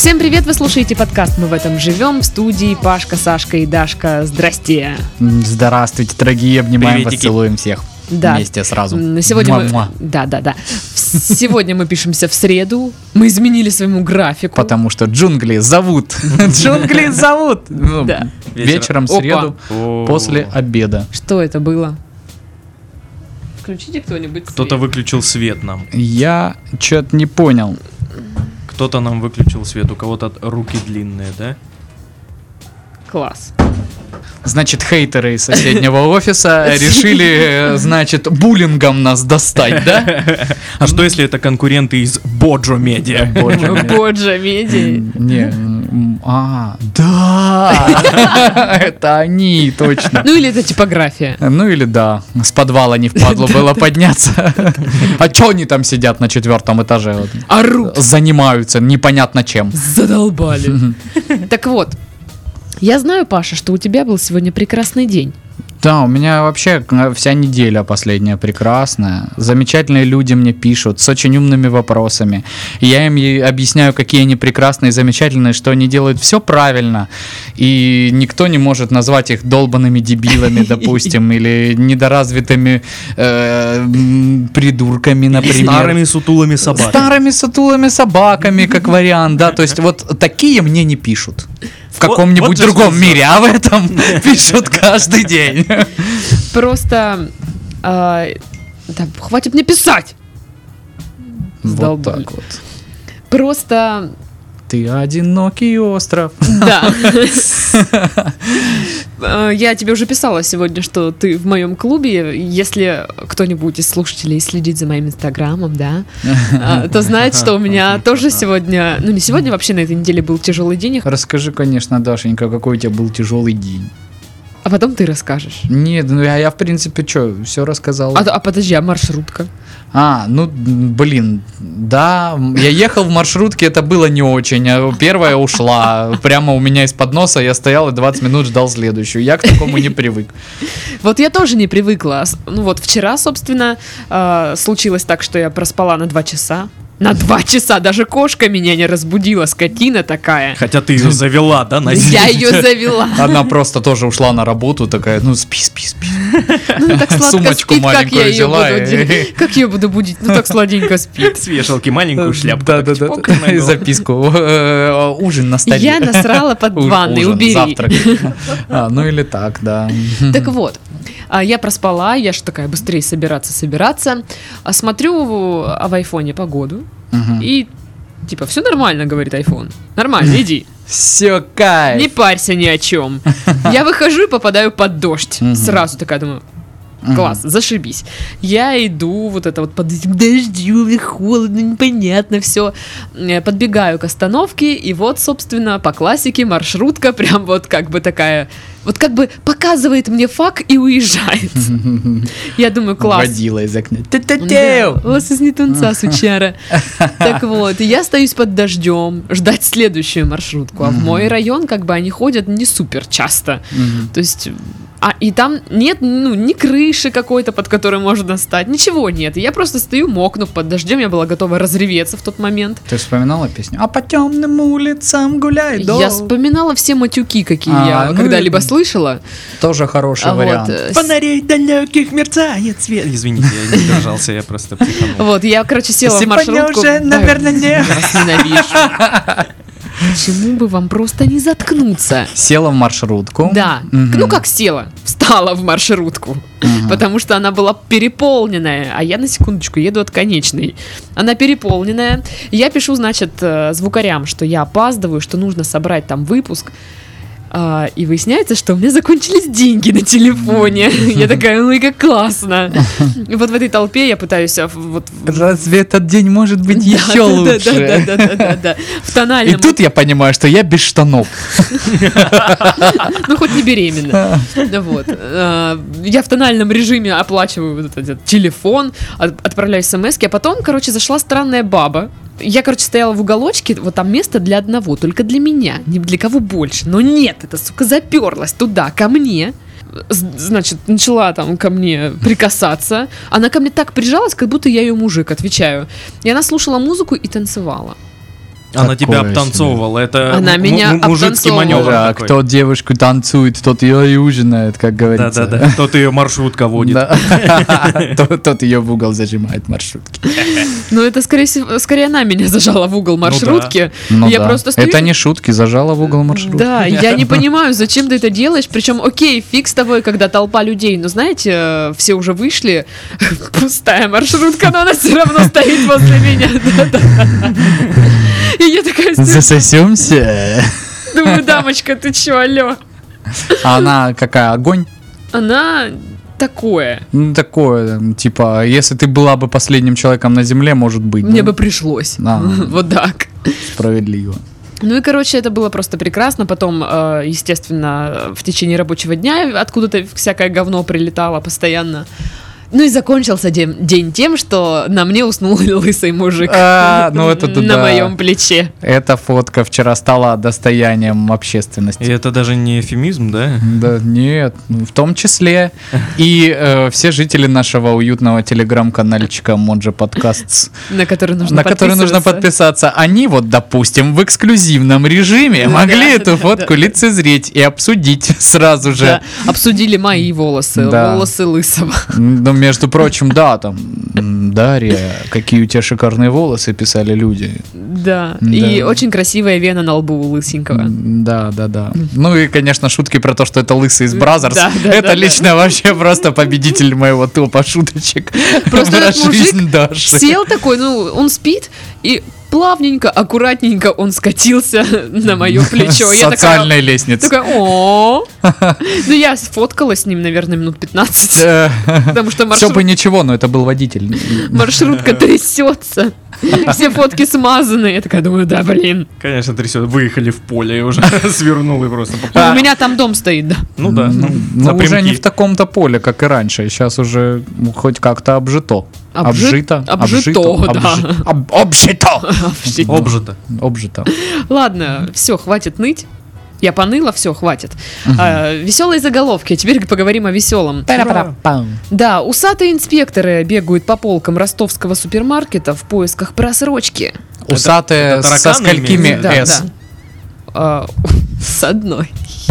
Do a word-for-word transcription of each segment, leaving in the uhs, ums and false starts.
Всем привет, вы слушаете подкаст «Мы в этом живем», в студии Пашка, Сашка и Дашка. Здрасте. Здравствуйте, дорогие, обнимаем Приветики. вас, целуем всех Да. вместе сразу. Сегодня Муа-муа. мы... Да, да, да. Сегодня мы пишемся в среду. Мы изменили своему графику. Потому что джунгли зовут. Джунгли зовут. Ну, Да. Вечером в Опа. среду после обеда. Что это было? Включите кто-нибудь Кто-то свет. выключил свет нам. Я что-то не понял. Кто-то нам выключил свет. У кого-то руки длинные, да? Класс. Значит, хейтеры из соседнего офиса решили, значит, буллингом нас достать, да? А что если это конкуренты из Боджо Медиа? Боджа Медиа. Не, м, а, да, это они, точно. Ну или это типография. Ну или да, с подвала не впадло было подняться. А чё они там сидят на четвертом этаже? вот, Орут. Занимаются непонятно чем. Задолбали. Так вот, я знаю, Паша, что у тебя был сегодня прекрасный день. Да, у меня вообще э, вся неделя последняя прекрасная. Замечательные люди мне пишут с очень умными вопросами. И я им и объясняю, какие они прекрасные и замечательные, что они делают все правильно. И никто не может назвать их долбанными дебилами, допустим, или недоразвитыми э, м, придурками, например. Старыми сутулыми собаками. Старыми сутулыми собаками, как вариант, да. То есть вот такие мне не пишут. В Вот- каком-нибудь вот же другом смысл. мире, а в этом пишут каждый день. Просто... а, да, хватит мне писать! Вот Задолбали. так вот. Просто... Ты одинокий остров. Да. Э, Я тебе уже писала сегодня, что ты в моем клубе. Если кто-нибудь из слушателей следит за моим инстаграмом, да, э, то знает, что у меня тоже сегодня, ну не сегодня, вообще на этой неделе был тяжелый день, Расскажи, конечно, Дашенька, какой у тебя был тяжелый день. а потом ты расскажешь. Нет, ну я, я в принципе, что, все рассказал. А, а подожди, а маршрутка? А, ну, м, блин, да, я ехал в маршрутке, это было не очень. а Первая ушла, прямо у меня из-под носа, я стоял и двадцать минут ждал следующую. Я к такому не привык. Вот я тоже не привыкла. С- Ну вот вчера, собственно, э, случилось так, что я проспала на два часа. На два часа даже кошка меня не разбудила, скотина такая. Хотя ты ее завела, да, на Я ее завела. Она просто тоже ушла на работу, такая, ну, спи, спи, спи. Ну так сладко Сумочку спит, как маленькую я ее взяла буду и- делать? Как ее буду будить? Ну так сладенько спит. С вешалки маленькую шляпку. Да, так да, да. чпок на И голову. записку. э, Ужин на столе. Я насрала под У- ванной, ужин, убери. Завтрак. А, ну или так, да. Так вот, а, я проспала, я ж такая быстрее собираться, собираться. А смотрю а в айфоне погоду. Мгм. И типа, все нормально, говорит айфон. Нормально, иди. Все, кайф. Не парься ни о чем. Я выхожу и попадаю под дождь. Мгм. Сразу такая думаю, Мгм. класс, зашибись. Я иду вот это вот под этим дождем, и холодно, непонятно все. Подбегаю к остановке, и вот, собственно, по классике маршрутка прям вот как бы такая, вот как бы показывает мне фак и уезжает. Я думаю, класс. Водила из окна. Да, Ту-ту-ту. лос из нетунца, сучара. Так вот, я остаюсь под дождем, ждать следующую маршрутку. А в мой район, как бы, они ходят не супер часто. Мгм. То есть, а и там нет, ну, ни крыши какой-то, под которой можно стать, ничего нет. И я просто стою, мокну под дождем, я была готова разреветься в тот момент. Ты вспоминала песню? А по темным улицам гуляй, дом. Я вспоминала все матюки, какие А, я ну когда-либо и- слышала. Тоже хороший А вот, вариант. э, с- Фонарей далеких мерцает свет. Извините, я не держался, я просто психанул. вот, я, короче, села в Сегодня маршрутку. уже, наверное, не. Я вас ненавижу. Почему бы вам просто не заткнуться? Села в маршрутку. Да. Мгм. Ну как села? Встала в маршрутку. Мгм. Потому что она была переполненная. А я на секундочку еду от конечной. Она переполненная. Я пишу, значит, э, звукарям, что я опаздываю, что нужно собрать там выпуск. А, и выясняется, что у меня закончились деньги на телефоне. Я такая, ну и как классно. И вот в этой толпе я пытаюсь а, в- вот... в- Разве этот день может быть Да, еще да, лучше? Да, да, да, да, да, да. В И тональном... тут я понимаю, что я без штанов. Ну, хоть не беременна. Ну вот. Э, Я в тональном режиме оплачиваю вот этот телефон, от- отправляю смс-ки, а потом, короче, зашла странная баба. Я, короче, стояла в уголочке, вот там место для одного, только для меня, ни для кого больше. Но нет, эта сука заперлась туда, ко мне. З- Значит, начала там ко мне прикасаться. Она ко мне так прижалась, как будто я ее мужик, отвечаю. И она слушала музыку и танцевала. Она Такое тебя себе. обтанцовывала. Это Она м- меня м- мужицкий обтанцовывала. маневр Да, такой. кто девушку танцует, тот ее и ужинает, как говорится. Да-да-да. Тот ее маршрутка водит. Да. Тот- Тот ее в угол зажимает маршрутки. Ну, это, скорее всего, скорее она меня зажала в угол маршрутки. Ну я да. просто стою... Это не шутки, зажала в угол маршрутки. Да, я не понимаю, зачем ты это делаешь. Причем, окей, фиг с тобой, когда толпа людей. Но знаете, э, все уже вышли, пустая маршрутка, но она все равно стоит возле меня. Да-да-да. И я такая стою, Засосемся. думаю, дамочка, ты че, алло? А она какая, огонь? Она такое. Ну, такое, типа, если ты была бы последним человеком на земле, может быть. Мне да? бы пришлось. А. Вот так. Справедливо. Ну и, короче, это было просто прекрасно. Потом, э, естественно, в течение рабочего дня откуда-то всякое говно прилетало постоянно. Ну и закончился день, день тем, что на мне уснул лысый мужик А, ну это да. на моем плече. Эта фотка вчера стала достоянием общественности. И это даже не эфемизм, да? Да, нет, ну, в том числе и э, все жители нашего уютного телеграм-канальчика Моджи Подкастс, На который нужно на который нужно подписываться. подписаться, они вот, допустим, в эксклюзивном режиме могли Да, эту да, фотку да. лицезреть и обсудить сразу же. Да, обсудили мои волосы, Да. волосы лысого. Ну, между прочим, да, там, м, Дарья, какие у тебя шикарные волосы, писали люди. Да. Да. И очень красивая вена на лбу у лысенького. М, Да, да, да. Ну и, конечно, шутки про то, что это лысый из Бразерс. Да, да, это да, лично вообще просто победитель моего топа шуточек. Просто Про этот мужик жизнь Даши. Сел такой, ну, он спит, и плавненько, аккуратненько он скатился на мое плечо. С Я такая, социальной лестницы. такая, о Ну, я сфоткалась с ним, наверное, минут пятнадцать, потому что Все маршрут- бы ничего, но это был водитель. маршрутка трясется. Все фотки смазаны. Я такая думаю, да, блин. Конечно, трясет. Выехали в поле и уже свернул и просто Ну, попал. у меня там дом стоит, да. Ну да. Ну, ну, но уже не напрямки. в таком-то поле, как и раньше. Сейчас уже ну, хоть как-то обжито. Обжи- Обжито. обжито, да. обжи- об- Обжито. Обжито. Обжито. Ладно, все, хватит ныть. Я поныла, все, хватит. Веселые заголовки. А теперь поговорим о веселом. Да, усатые инспекторы бегают по полкам ростовского супермаркета в поисках просрочки. Усатые это со тараканы сколькими имеются? Да, «С»? да. А, С одной.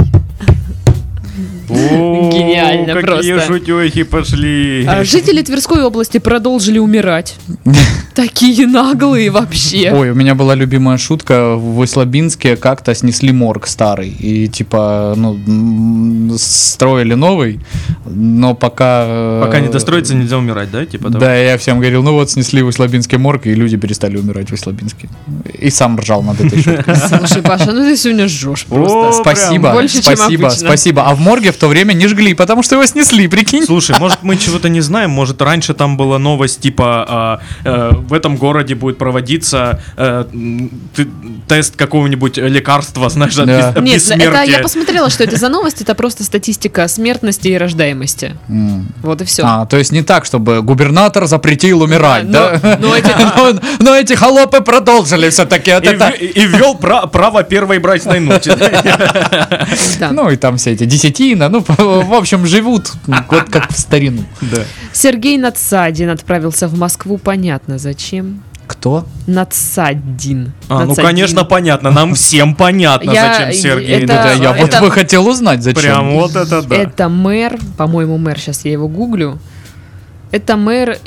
О, Гениально какие просто. шутехи пошли. А, Жители Тверской области продолжили умирать. Такие наглые вообще. Ой, у меня была любимая шутка. В Усть-Лабинске как-то снесли морг старый. И типа, ну, м, строили новый, но пока... э, Пока не достроится, нельзя умирать, да? Типа того? Да, я всем говорил, ну вот снесли в Усть-Лабинске морг, и люди перестали умирать в Усть-Лабинске. И сам ржал над этой шуткой. Слушай, Паша, ну ты сегодня жжешь О, просто. Спасибо, Больше, чем спасибо, обычно. спасибо. А в морге в то время не жгли, потому что его снесли, прикинь. Слушай, может мы чего-то не знаем, может раньше там была новость, типа а, э, в этом городе будет проводиться э, м, т- тест какого-нибудь лекарства, знаешь, от Да. бес- Нет, бессмертия. это я посмотрела, что это за новость. Это просто статистика смертности и рождаемости. М. Вот и все. А, то есть не так, чтобы губернатор запретил умирать, Да, да? но- но эти- Но- Но эти холопы продолжили все-таки. И, в- и ввел пра- право первой брачной ночи. Да. Ну и там все эти десятина, ну, в общем, живут вот как в старину. Да. Сергей Надсадин отправился в Москву, понятно зачем. Кто? Надсадин. А, ну, Надсадин. конечно, понятно. Нам всем понятно, Я- зачем Сергей. это- Да, Надсадин. я вот это- бы хотел узнать, зачем. Прям вот это да. Это мэр, по-моему, мэр, сейчас я его гуглю. Это мэр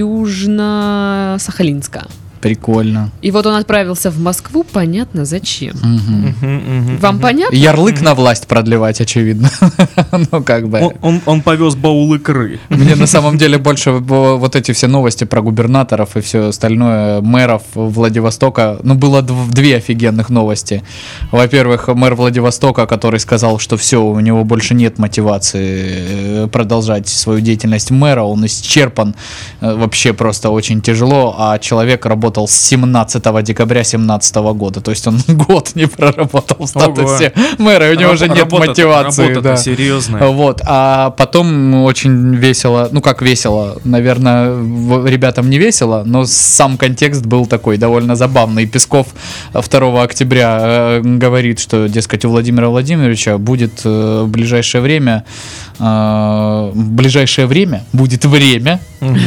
Южно-Сахалинска. Прикольно. И вот он отправился в Москву, понятно зачем. Мгм. Мгм, мгм. Вам понятно? Ярлык на власть продлевать, очевидно. Ну, как бы. Он, он- он повез баул икры. Мне на самом деле больше в- вот эти все новости про губернаторов и все остальное, мэров Владивостока, ну, было дв- две офигенных новости. Во-первых, мэр Владивостока, который сказал, что все, у него больше нет мотивации э, продолжать свою деятельность мэра, он исчерпан, э, вообще просто очень тяжело, а человек работал с семнадцатого декабря семнадцатого года, то есть он год не проработал в статусе мэра, и у него уже нет Работа-то- мотивации. Работа-то да. серьезная. Вот, а потом очень весело, ну как весело, наверное, в- ребятам не весело, но сам контекст был такой довольно забавный. Песков второго октября э, говорит, что, дескать, у Владимира Владимировича будет э, в ближайшее время, э, в ближайшее время будет время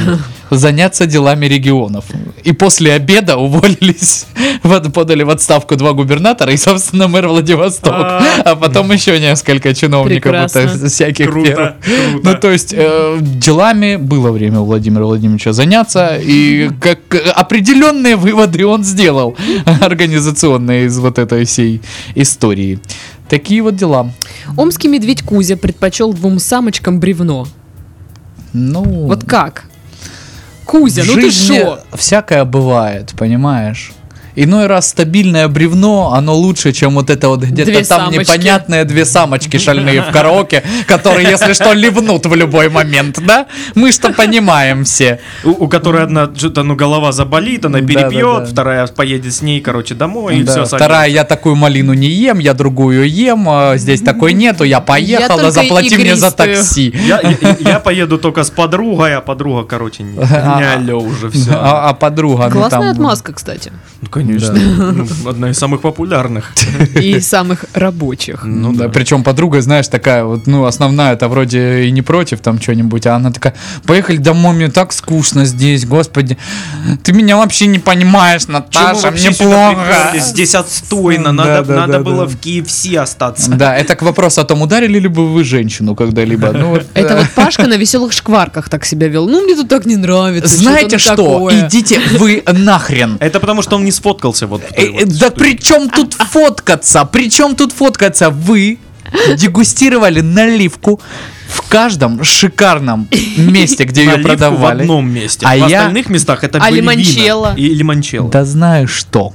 заняться делами регионов. И после обеда уволились, вот, подали в отставку два губернатора и, собственно, мэр Владивосток. А потом еще несколько чиновников вот, всяких. Круто, круто. Ну, то есть, э, делами было время у Владимира Владимировича заняться, и как определенные выводы он сделал организационные из вот этой всей истории. Такие вот дела. Омский медведь Кузя предпочел двум самочкам бревно. Ну, вот как? Кузя, в ну ты жизни шо? всякое бывает, понимаешь? Иной раз стабильное бревно, оно лучше, чем вот это вот где-то Две там самочки. непонятные две самочки шальные в караоке, которые, если что, ливнут в любой момент, да? Мы что понимаем все. У, у которой одна что-то, ну, голова заболит, она Да, перепьет, да, да. вторая поедет с ней, короче, домой, и Да, все. вторая, я такую малину не ем, я другую ем, а здесь такой нету, я поехала, только заплати мне за игристую. такси. Я, я, я поеду только с подругой, а подруга, короче, не, не алё уже все. А, а подруга, ну, Классная там... отмазка, кстати. Ну, конечно. Да. Ну, одна из самых популярных. И самых рабочих. Ну да, причем подруга, знаешь, такая вот, ну, основная-то вроде и не против там что-нибудь, а она такая, поехали домой, мне так скучно здесь, господи, ты меня вообще не понимаешь, Наташа, мне плохо. Здесь отстойно, надо, Да, да, надо да, было да. в кей эф си остаться. Да, это к вопросу о том, ударили ли бы вы женщину когда-либо. Ну, вот, Это э, вот Пашка на веселых шкварках так себя вел. Ну, мне тут так не нравится. знаете что-то что, такое. идите вы нахрен. Это потому, что он не сфоткался вот. в той Э, вот э, Да штуке. при чем тут фоткаться? При чем тут фоткаться? Вы дегустировали наливку в каждом шикарном месте, где ее Наливку продавали. в одном месте. А в я- остальных местах это А были лимончелло? вина. И лимончелло. Да знаю что.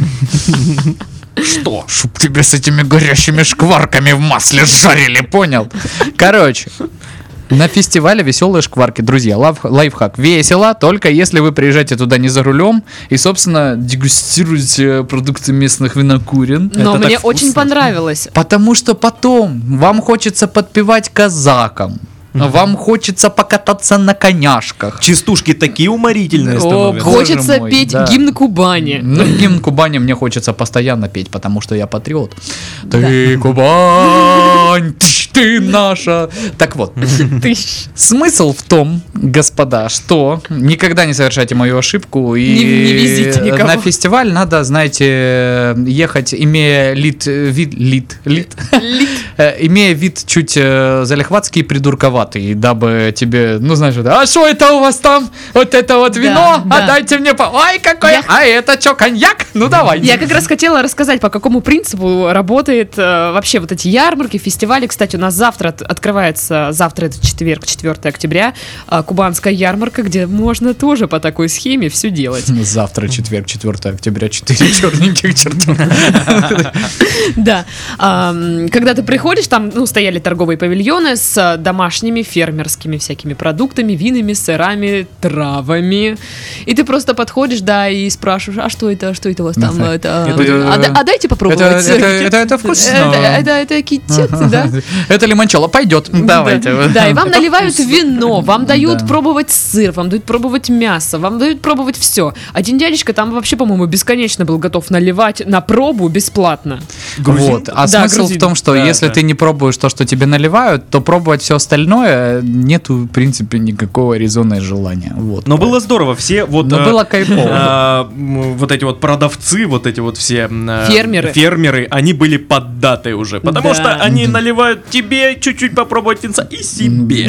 Что? Чтоб тебе с этими горящими шкварками в масле жарили, понял? Короче, на фестивале веселые шкварки, друзья, лайф- лайфхак. Весело, только если вы приезжаете туда не за рулем и, собственно, дегустируете продукты местных винокурен. Но Это мне так очень вкусно. понравилось. Потому что потом вам хочется подпевать казакам. Вам хочется покататься на коняшках. Частушки такие уморительные О, становятся. боже хочется мой, петь да. гимн Кубани. Ну, гимн Кубани мне хочется постоянно петь, потому что я патриот. Ты, Кубань, тш, ты наша. Так вот, Ты смысл в том, господа, что никогда не совершайте мою ошибку. И Не- не везите никого. на фестиваль надо, знаете, ехать, имея лид, вид, лид, лид, Э, имея вид чуть э, залихватский и придурковатый, дабы тебе, ну, знаешь, вот, а что это у вас там? Вот это вот Да, вино? да. А дайте мне по... Ой, какое! Я- А это что, коньяк? Ну, давай. Я как раз хотела рассказать, по какому принципу работает э, вообще вот эти ярмарки, фестивали. Кстати, у нас завтра от- открывается, завтра это четверг, четвёртого октября, э, кубанская ярмарка, где можно тоже по такой схеме все делать. Завтра, четверг, четвёртого октября, четыре черненьких черта. Да. Ам, Когда ты приходишь, там, ну, стояли торговые павильоны с э, домашними фермерскими всякими продуктами, винами, сырами, травами. И ты просто подходишь, да, и спрашиваешь, а что это, что это у вас там? Ага. Это, а, Это- а да- а дайте попробовать. Это- это- это- это вкусно. Это, это, это китет, да? Это лимончелло, пойдет. Давайте. Да, да, и вам наливают вино, вам дают Да. пробовать сыр, вам дают пробовать мясо, вам дают пробовать все. Один дядечка там вообще, по-моему, бесконечно был готов наливать на пробу бесплатно. Грузин? Вот. А Да, смысл грузин. в том, что Да, если да. ты не пробуешь то, что тебе наливают, то пробовать все остальное нету, в принципе, никакого резона и желания. Вот. Но было здорово, все вот... Но э, было кайфово. а, м, вот эти вот продавцы, вот эти вот все... м, э, Фермеры. Фермеры, они были поддаты уже, потому Да. что они наливают тебе чуть-чуть попробовать винца и себе.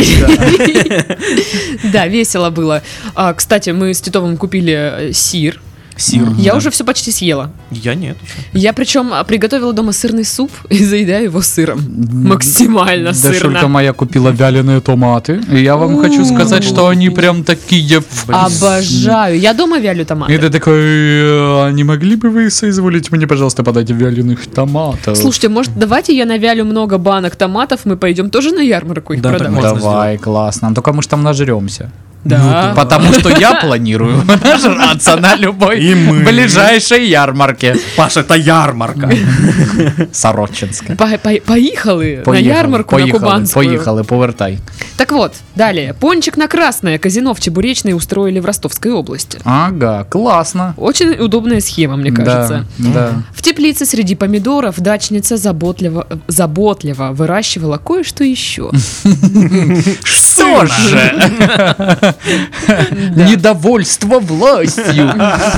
Да, весело было. А, Кстати, мы с Титовым купили э, сир. Сир. Я уже все почти съела. Я нет еще. Я причем а, приготовила дома сырный суп и заедаю его сыром. Максимально Дашулька сырно. моя купила вяленые томаты. И я вам хочу сказать, что они прям такие вкусные. Обожаю. Я дома вялю И томаты. ты такой, «А не могли бы вы соизволить мне, пожалуйста, подать вяленых томатов? Слушайте, может, давайте я навялю много банок томатов, мы пойдем тоже на ярмарку их Да, так продавать? можно Давай, классно. Только мы ж там нажремся. Да. Потому что я планирую нажраться на любой И мы. ближайшей ярмарке. Паша, это ярмарка. Сорочинская. По- по- Поехали на Поїхали, ярмарку, на поїхали, Кубанскую. Поїхали, повертай. Так вот, далее. Пончик на красное казино в Чебуречной устроили в Ростовской области. Ага, классно. Очень удобная схема, мне кажется. Да, да. В теплице среди помидоров дачница заботливо, заботливо выращивала кое-что еще. Что же? Недовольство властью.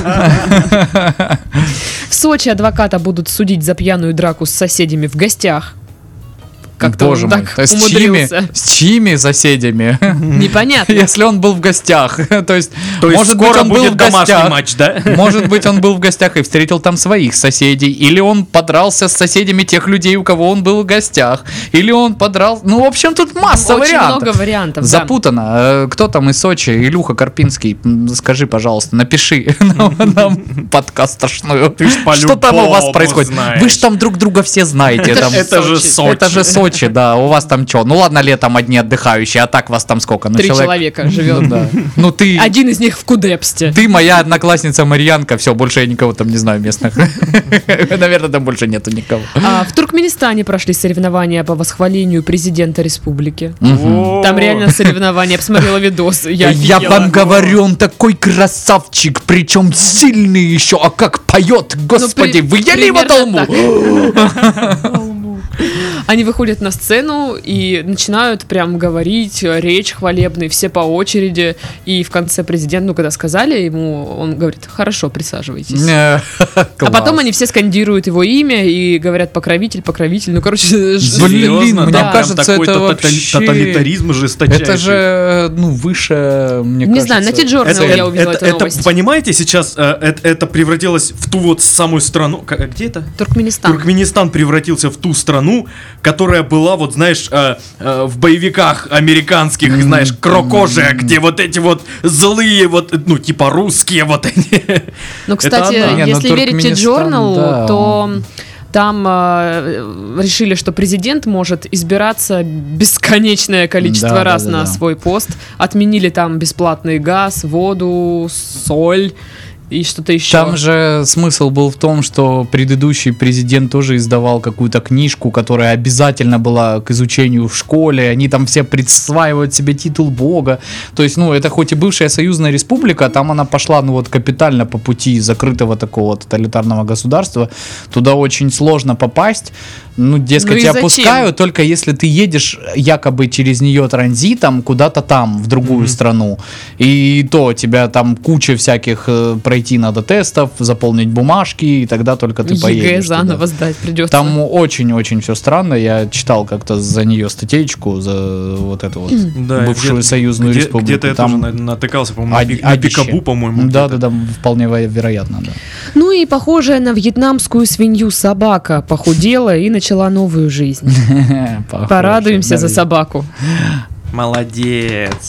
В Сочи адвоката будут судить за пьяную драку с соседями в гостях. Как-то Боже он мой, так то есть с чьими, умудрился. с чьими соседями? Непонятно. Если он был в гостях. То есть, То есть может быть, скоро он был будет в домашний гостях. матч, да? Может быть, он был в гостях и встретил там своих соседей. Или он подрался с соседями тех людей, у кого он был в гостях. Или он подрался... Ну, в общем, тут масса Очень вариантов. много вариантов, да. Запутано. Э, Кто там из Сочи? Илюха Карпинский, м, скажи, пожалуйста, напиши нам, нам подкастошную. Ты ж Что там у вас по-любому происходит? знаешь. Вы же там друг друга все знаете. Это, там- ж- это же Сочи. Сочи. Это же Сочи, да. У вас там что? Ну ладно, летом одни отдыхающие, а так вас там сколько? Ну, Три человека живет. Ну, да. Ну ты... Один из них в Кудепсте. Ты моя одноклассница Марьянка, все, больше я никого там не знаю местных. Наверное, там больше нету никого. А, в Туркменистане прошли соревнования по восхвалению президента республики. О, Там реально соревнования. Я посмотрела видос. Я, Я офигела. вам говорю, он такой красавчик, причем сильный еще, а как поет, господи, при- вы ели его примерно толму? Они выходят на сцену и начинают прям говорить речь хвалебную, все по очереди. И в конце президент, ну, когда сказали ему, он говорит: хорошо, присаживайтесь. А А потом они все скандируют его имя и говорят: покровитель, покровитель. Ну, короче, ж- Блин, серьезно, мне да, прям кажется, такой это тотали- вообще- тоталитаризм жесточайший. Это же, ну, выше, мне Не кажется. знаю, на T-Journal Это, я это- увидела это- эту это, новость. понимаете, сейчас э, это, это превратилось в ту вот самую страну. Ка- Где это? Туркменистан. Туркменистан превратился в ту страну, которая была, вот знаешь, э, э, в боевиках американских, знаешь, крокожия, где вот эти вот злые, вот, ну, типа русские вот эти. Ну, кстати, она. Не, ну, если верить Туркменистан, T-Journal, да, то там э, решили, что президент может избираться бесконечное количество Да, да, раз да, на да. свой пост. Отменили там бесплатный газ, воду, соль и что-то еще. Там же смысл был в том, что предыдущий президент тоже издавал какую-то книжку, которая обязательно была к изучению в школе. Они там все присваивают себе титул бога. То есть, ну, это хоть и бывшая союзная республика, там она пошла, ну, вот капитально по пути закрытого такого тоталитарного государства. Туда очень сложно попасть. Ну, дескать, Ну и тебя зачем? пускают только если ты едешь якобы через нее транзитом куда-то там, в другую страну. И то тебя там куча всяких э, пройти надо тестов, заполнить бумажки, и тогда только ты поедешь. ЕГЭ туда. заново сдать придется. Там очень-очень все странно. Я читал как-то за нее статейку, за вот эту вот Да, бывшую где- союзную где- республику. Где-то я Там тоже на- натыкался, по-моему, на ади- пи- на адище. Пикабу, по-моему. Да, где-то. да, да, вполне во- вероятно, да. Ну и похожая на вьетнамскую свинью собака похудела и начала новую жизнь. Похоже, Порадуемся за да. собаку. Молодец.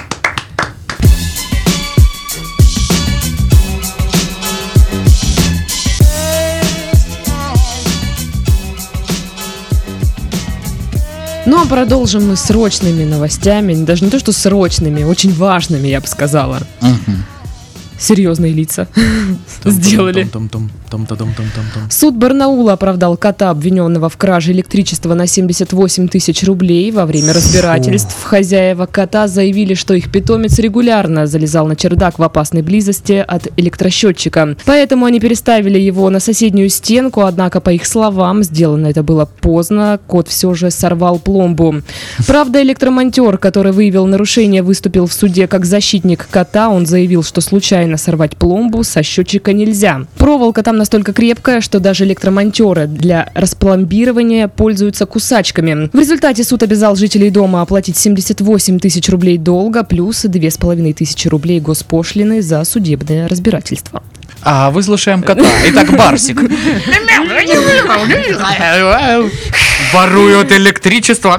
Ну а продолжим мы срочными новостями. Даже не то, что срочными, очень важными, я бы сказала. Мгм. Серьезные лица сделали. Там-там-там-там-там-там-там-там. Суд Барнаула оправдал кота, обвиненного в краже электричества на семьдесят восемь тысяч рублей. Во время разбирательств хозяева кота заявили, что их питомец регулярно залезал на чердак в опасной близости от электросчетчика. Поэтому они переставили его на соседнюю стенку, однако, по их словам, сделано это было поздно. Кот все же сорвал пломбу. Правда, электромонтер, который выявил нарушение, выступил в суде как защитник кота. Он заявил, что случайно сорвать пломбу со счетчика нельзя. Проволока там настолько крепкая, что даже электромонтеры для распломбирования пользуются кусачками. В результате суд обязал жителей дома оплатить семьдесят восемь тысяч рублей долга плюс две с половиной тысячи рублей госпошлины за судебное разбирательство. А выслушаем кота. Итак, Барсик. Воруют электричество.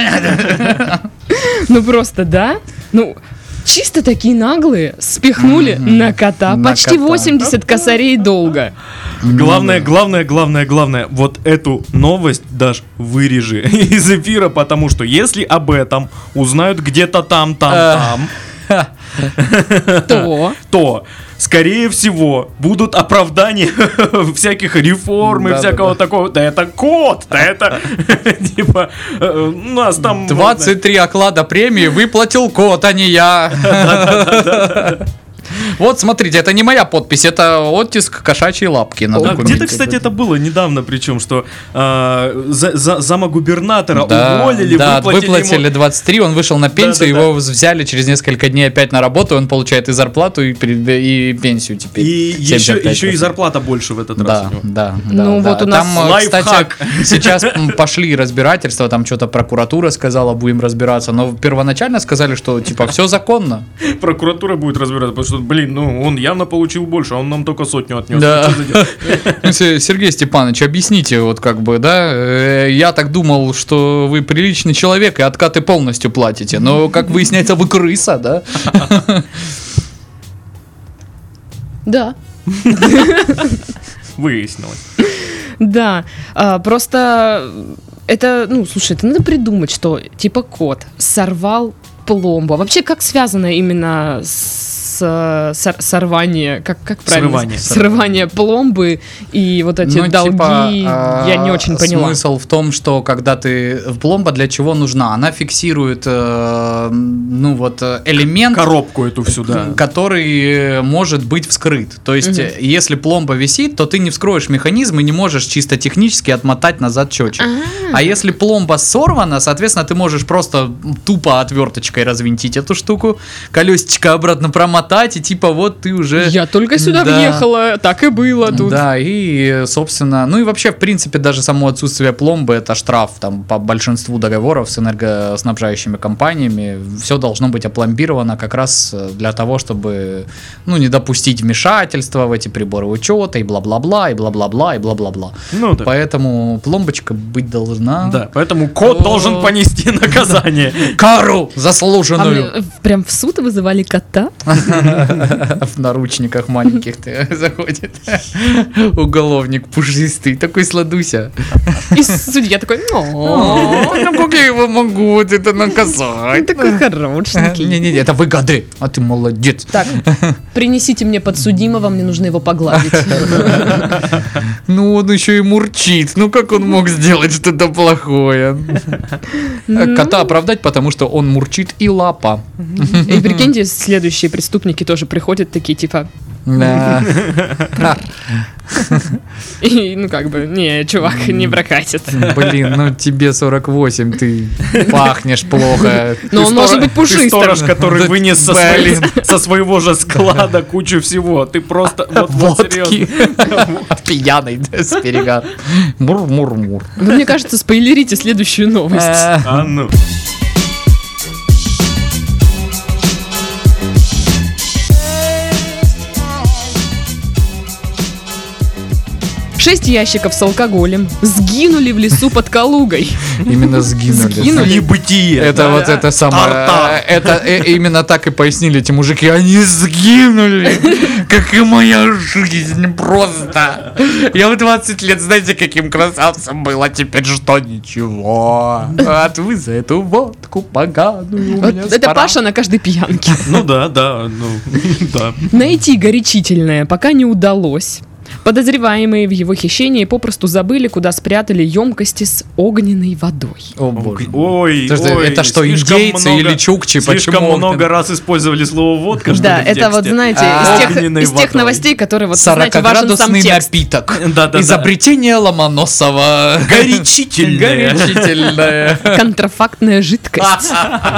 Ну просто, да? Ну, чисто такие наглые спихнули на кота На почти кота. восемьдесят косарей долга. Главное, главное, главное, главное, вот эту новость, Даш, вырежи из эфира, потому что если об этом узнают где-то там, там, там, То то, скорее всего, будут оправдания всяких реформ и Да, да, всякого да. такого. Да это кот, да это, типа, э, у нас там... двадцать три оклада премии выплатил кот, а не я. Вот, смотрите, это не моя подпись, это оттиск кошачьей лапки на А документе. где-то, кстати, это было недавно, причем, что а, за, за, зама губернатора Да, уволили, да, выплатили, выплатили ему... двадцать три, он вышел на пенсию, Да-да-да. его взяли через несколько дней опять на работу, он получает и зарплату, и, при- и пенсию теперь. И еще, семьдесят пять еще и процентов. зарплата больше в этот раз Да, у него. да, Ну, да, вот да. у нас Там, э, лайфхак. кстати, сейчас м, пошли разбирательства, там что-то прокуратура сказала, будем разбираться, но первоначально сказали, что типа все законно. Прокуратура будет разбираться, потому что, блин, ну он явно получил больше, а он нам только сотню отнес. Да. Ну, что за дело? Се- Сергей Степанович, объясните, вот как бы, да, э, я так думал, что вы приличный человек и откаты полностью платите, но, как выясняется, вы крыса, да? Да. Выяснилось. Да, а, просто это, ну, слушай, это надо придумать, что типа кот сорвал пломбу. А вообще, как связано именно с э, сор- сорвание, как, как правильно? Срывание. Срывание пломбы и вот эти Ну, долги, типа, я не а, очень поняла. Смысл в том, что когда ты... Пломба для чего нужна? Она фиксирует, э, ну вот, э, элемент, Коробку эту всю, да. который э, может быть вскрыт. То есть, э, если пломба висит, то ты не вскроешь механизм и не можешь чисто технически отмотать назад счетчик. А если пломба сорвана, соответственно, ты можешь просто тупо отверточкой развинтить эту штуку, колесечко обратно промотать, и типа вот ты уже... Я только сюда Да. въехала, так и было тут. Да, и, собственно, ну и вообще, в принципе, даже само отсутствие пломбы — это штраф там по большинству договоров с энергоснабжающими компаниями. Все должно быть опломбировано как раз для того, чтобы, ну, не допустить вмешательства в эти приборы учета и бла-бла-бла, и бла-бла-бла, и бла-бла-бла. Ну да. Поэтому пломбочка быть должна. Да, поэтому кот О. должен понести наказание. Кару А заслуженную. мне прям в суд вызывали кота? В наручниках маленьких ты заходит. Уголовник пушистый, такой сладуся. И судья такой, ну, Ну как я его могу вот это наказать? такой хорошенький. Не-не-не, это вы гады, а ты молодец. Так, принесите мне подсудимого, мне нужно его погладить. Ну он еще и мурчит, ну как он мог сделать что-то плохое? Кота оправдать, потому что он мурчит и лапа. И прикиньте, следующие преступники тоже приходят такие, типа, Да. и, ну как бы, не, чувак, не прокатит. Блин, ну тебе сорок восемь, ты пахнешь плохо. Но он может быть Ты пушистым. сторож, который Да, вынес со, блин. своей- со своего же склада кучу всего. Ты просто... Вот, вот Водки. серьезно. Пьяный, да, с берега. Мур-мур-мур. Вы, мне кажется, спойлерите следующую новость. А ну. Шесть ящиков с алкоголем сгинули в лесу под Калугой. Именно сгинули. Сгинули. Небытие. Это Да. вот это самое, Тарта. э, это э, именно так и пояснили эти мужики, они сгинули, как и моя жизнь просто. Я в двадцать лет, знаете, каким красавцем был, а теперь что, ничего. А вы за эту водку поганую у Вот меня это спора. Паша на каждой пьянке. Ну да, да, ну да. Найти горячительное пока не удалось. Подозреваемые в его хищении попросту забыли, куда спрятали емкости с огненной водой. О боже. Ой, Подожди, ой, это что, слишком индейцы много- или чукчи? Слишком Почему много огненная? раз использовали слово водка, что Да, ли, в это вот, тексте? знаете, А, из тех, огненной из тех водой. новостей, которые, вот, знаете, важен сам сорокаградусный текст. напиток. Да-да-да. Изобретение Ломоносова. Горячительное. Горячительное. Контрафактная жидкость.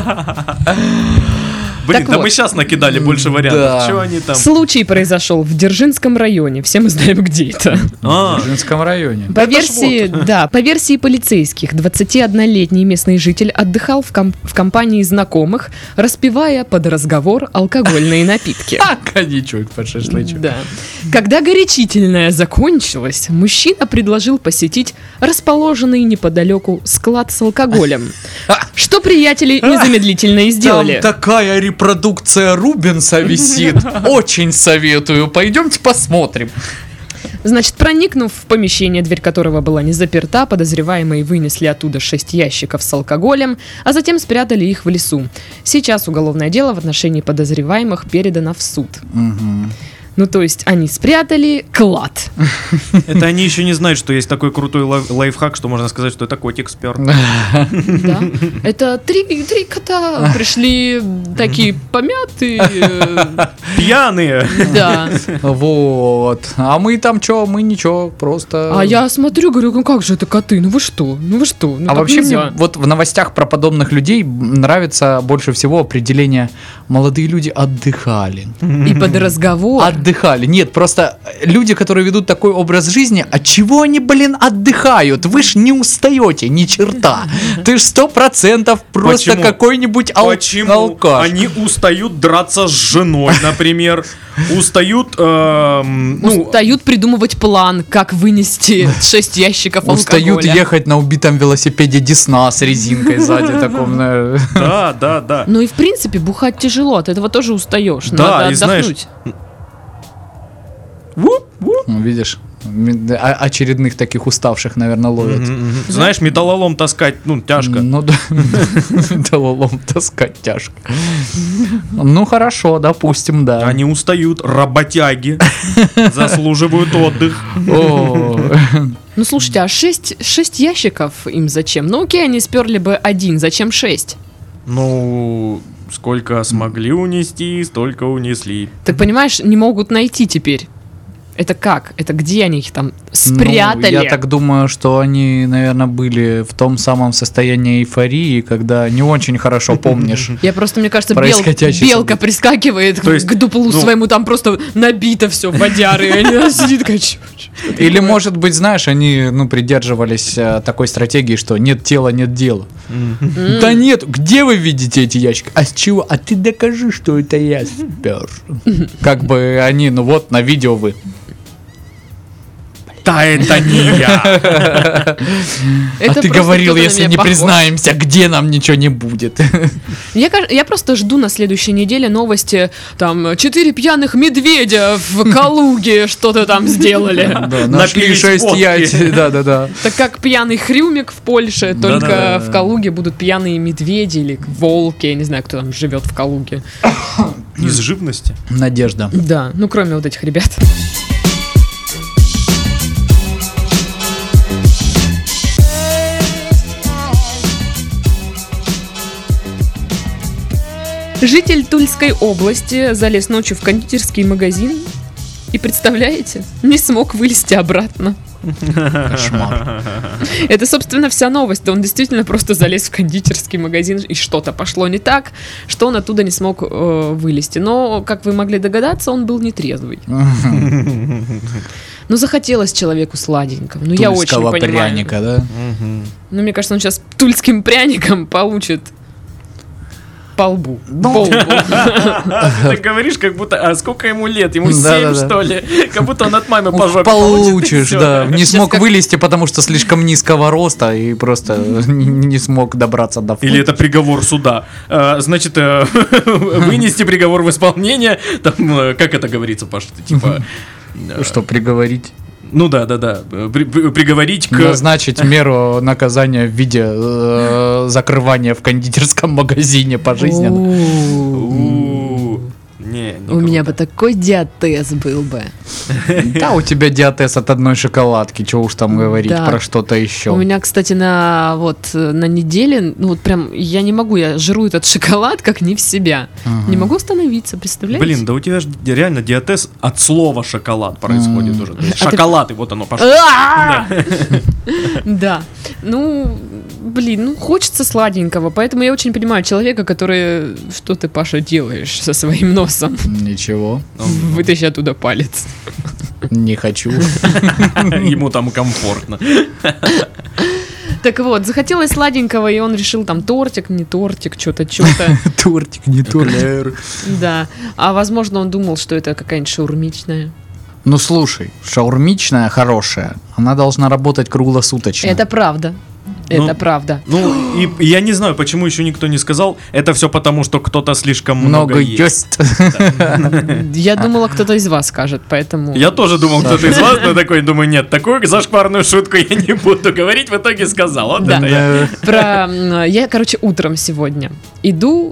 Блин, Так да вот. мы сейчас накидали больше вариантов. Да. Что они там? Случай произошел в Дзержинском районе. Все мы знаем, где это. А, В Женском районе. По Это ж версии, да, по версии полицейских, двадцатиоднолетний местный житель отдыхал в, ком- в компании знакомых, распивая под разговор алкогольные напитки. А, коньячок под шашлычок. Да. Когда горячительное закончилось, мужчина предложил посетить расположенный неподалеку склад с алкоголем. Что приятели незамедлительно и сделали. Там такая репродукция Рубенса висит. Очень советую. Пойдемте посмотрим. Значит, проникнув в помещение, дверь которого была не заперта, подозреваемые вынесли оттуда шесть ящиков с алкоголем, а затем спрятали их в лесу. Сейчас уголовное дело в отношении подозреваемых передано в суд. Мгм. Ну, то есть они спрятали клад. Это они еще не знают, что есть такой крутой лайф- лайфхак, что можно сказать, что это котик спер. Да. Это три, три кота пришли такие помятые. Пьяные! Да. Вот. А мы там что? Мы ничего, просто... А я смотрю, говорю, ну как же это коты? Ну вы что? Ну вы что? Ну А так вообще нельзя. мне вот в новостях про подобных людей нравится больше всего определение «молодые люди отдыхали». И под разговор. Отдыхали. Нет, просто люди, которые ведут такой образ жизни, от чего они, блин, отдыхают? Вы ж не устаете ни черта. Ты ж сто процентов просто Почему? какой-нибудь ал- Почему алкаш. они устают драться с женой, например? Устают... эм, ну, Устают придумывать план, как вынести шесть ящиков Устают алкоголя. ехать на убитом велосипеде Десна с резинкой сзади таком. э. да, да, да. Ну и в принципе бухать тяжело, от этого тоже устаешь. Да, Надо и знаешь, отдохнуть. Ну, видишь, м- а- очередных таких уставших, наверное, ловят. Мгм, мгм. Знаешь, металлолом таскать, ну, тяжко. Ну да, металлолом таскать тяжко. Ну хорошо, допустим, да. Они устают, работяги, заслуживают отдых. О, Ну слушайте, а шесть, шесть ящиков им зачем? Ну окей, они сперли бы один, зачем шесть? Ну, сколько смогли унести, столько унесли. Так понимаешь, не могут найти теперь. Это как? Это где они их там спрятали? Ну, я так думаю, что они, наверное, были в том самом состоянии эйфории, когда не очень хорошо помнишь. Я просто, мне кажется, бел- Происходящее белка событие. прискакивает То есть, к дуплу ну- своему, там просто набито все водяры, и она сидит такая, «Чё- чё это Или, такое?» может быть, знаешь, они ну, придерживались э, такой стратегии, что нет тела, нет дела. М. Да нет, где вы видите эти ящики? А с чего? А ты докажи, что это я спер. Как бы они, ну вот, на видео вы. Да это не я. А Это ты просто говорил, кто-то на если меня не похож. признаемся, где нам ничего не будет. Я, каж- я просто жду на следующей неделе новости, там, четыре пьяных медведя в Калуге что-то там сделали. Да, нашли Напились шесть водки. яиц. Да, да, да. Так как пьяный хрюмик в Польше, только Да-да-да. в Калуге будут пьяные медведи или волки, я не знаю, кто там живет в Калуге. Из живности. Надежда. Да, ну кроме вот этих ребят. Житель Тульской области залез ночью в кондитерский магазин и, представляете, не смог вылезти обратно. Кошмар. Это, собственно, вся новость. Он действительно просто залез в кондитерский магазин, и что-то пошло не так, что он оттуда не смог э, вылезти. Но, как вы могли догадаться, он был нетрезвый. Ну, захотелось человеку сладенького. Ну, я очень Тульского понимаю. пряника, да? Ну, мне кажется, он сейчас тульским пряником получит по лбу. Ну. По лбу. Ты говоришь, как будто... А сколько ему лет? Ему семь, Да-да-да. что ли? Как будто он от мамы по жопе получит, и Получишь, всё. да. Не Сейчас смог как- вылезти, потому что слишком низкого роста и просто не смог добраться до Или это приговор суда. А, Значит, э, вынести приговор в исполнение. Там, э, как это говорится, Паша? Ты типа... э, Что, приговорить? Ну да, да, да. При- при- приговорить к... Назначить меру наказания в виде э, закрывания в кондитерском магазине пожизненно. У, Не, не У меня бы круто. такой диатез был бы. Да, у тебя диатез от одной шоколадки, чего уж там говорить Да. про что-то еще. У меня, кстати, на вот э, на неделе, ну вот прям я не могу, я жру этот шоколад как не в себя. Не могу остановиться, представляете? Блин, да у тебя же реально диатез от слова шоколад происходит М. уже. То есть А ты- шоколад, и вот оно пошло. А! Да. Ну, блин, ну хочется сладенького, поэтому я очень понимаю человека, который... Что ты, Паша, делаешь со своим носом? Ничего, Вытащи оттуда палец. не хочу. Ему там комфортно. Так вот, захотелось сладенького, и он решил там тортик, не тортик, что-то, что-то. Тортик, не тортик. Да. А возможно, он думал, что это какая-нибудь шаурмичная. Ну слушай, шаурмичная хорошая, она должна работать круглосуточно. Это правда. Ну, Это правда. Ну, и я не знаю, почему еще никто не сказал. Это все потому, что кто-то слишком много, много ест. есть. Я думала, кто-то из вас скажет, поэтому... Я тоже думал, кто-то из вас, но такой, думаю, нет, такую зашкварную шутку я не буду говорить, в итоге сказал. Вот Да. это я. Про... м, Я, короче, утром сегодня иду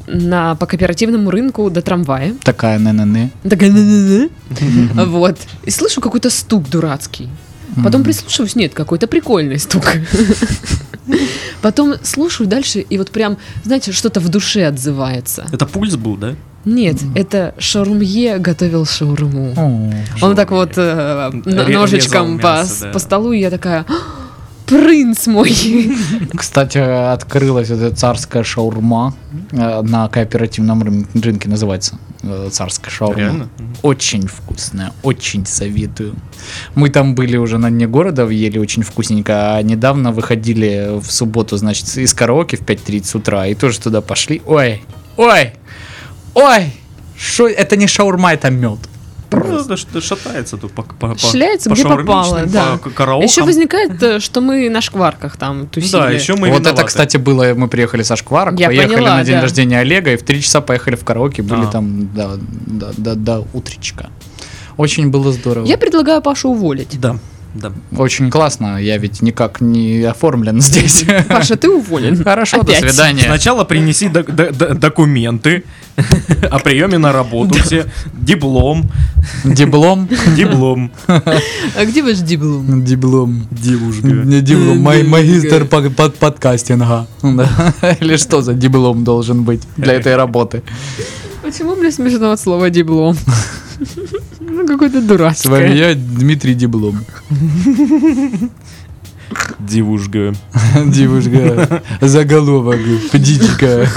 на, по кооперативному рынку до трамвая. Такая не-не-не. Такая, «Не-не-не». Вот. И слышу какой-то стук дурацкий. Потом прислушиваюсь, нет, какой-то прикольный стук. Потом слушаю дальше, и вот прям, знаете, что-то в душе отзывается. Это пульс был, да? Нет, это шаурмье готовил шаурму. О, Он так вот э, н- Ре- ножичком резал по, мясо, да. по столу, и я такая: «А, принц мой!» Кстати, открылась эта царская шаурма э, на кооперативном рын- рынке, называется э, царская шаурма. Реально? Очень вкусная, очень советую. Мы там были уже на дне города, ели очень вкусненько, а недавно выходили в субботу, значит, из караоке в пять тридцать утра, и тоже туда пошли. Ой, ой, ой, шо, это не шаурма, это мед. Ну, это ш- шатается тут по, по, по- Шляется по где попало, шаурмичным, да. по караокам. Еще возникает, э, что мы на шкварках там тусили. Да, еще мы Вот виноваты. это, кстати, было, мы приехали со шкварок, Я поехали поняла, на день да. рождения Олега, и в три часа поехали в караоке, были А. там до, до, до, до утречка. Очень было здорово. Я предлагаю Пашу уволить. Да, да. Очень классно, я ведь никак не оформлен здесь. Паша, ты уволен. Хорошо, Опять. до свидания. Сначала принеси док- д- д- документы о приеме на работу, все, диплом, Диплом. диплом, А где ваш диплом? Диплом. девушка. Не диплом, май- магистр по- под подкастинга. Да. Или что за диплом должен быть для этой работы? Почему мне смешно от слова диплом? Ну, какой-то С вами дурацкое. я, Дмитрий Диблом. Девушка. Девушка, заголовок, птичка.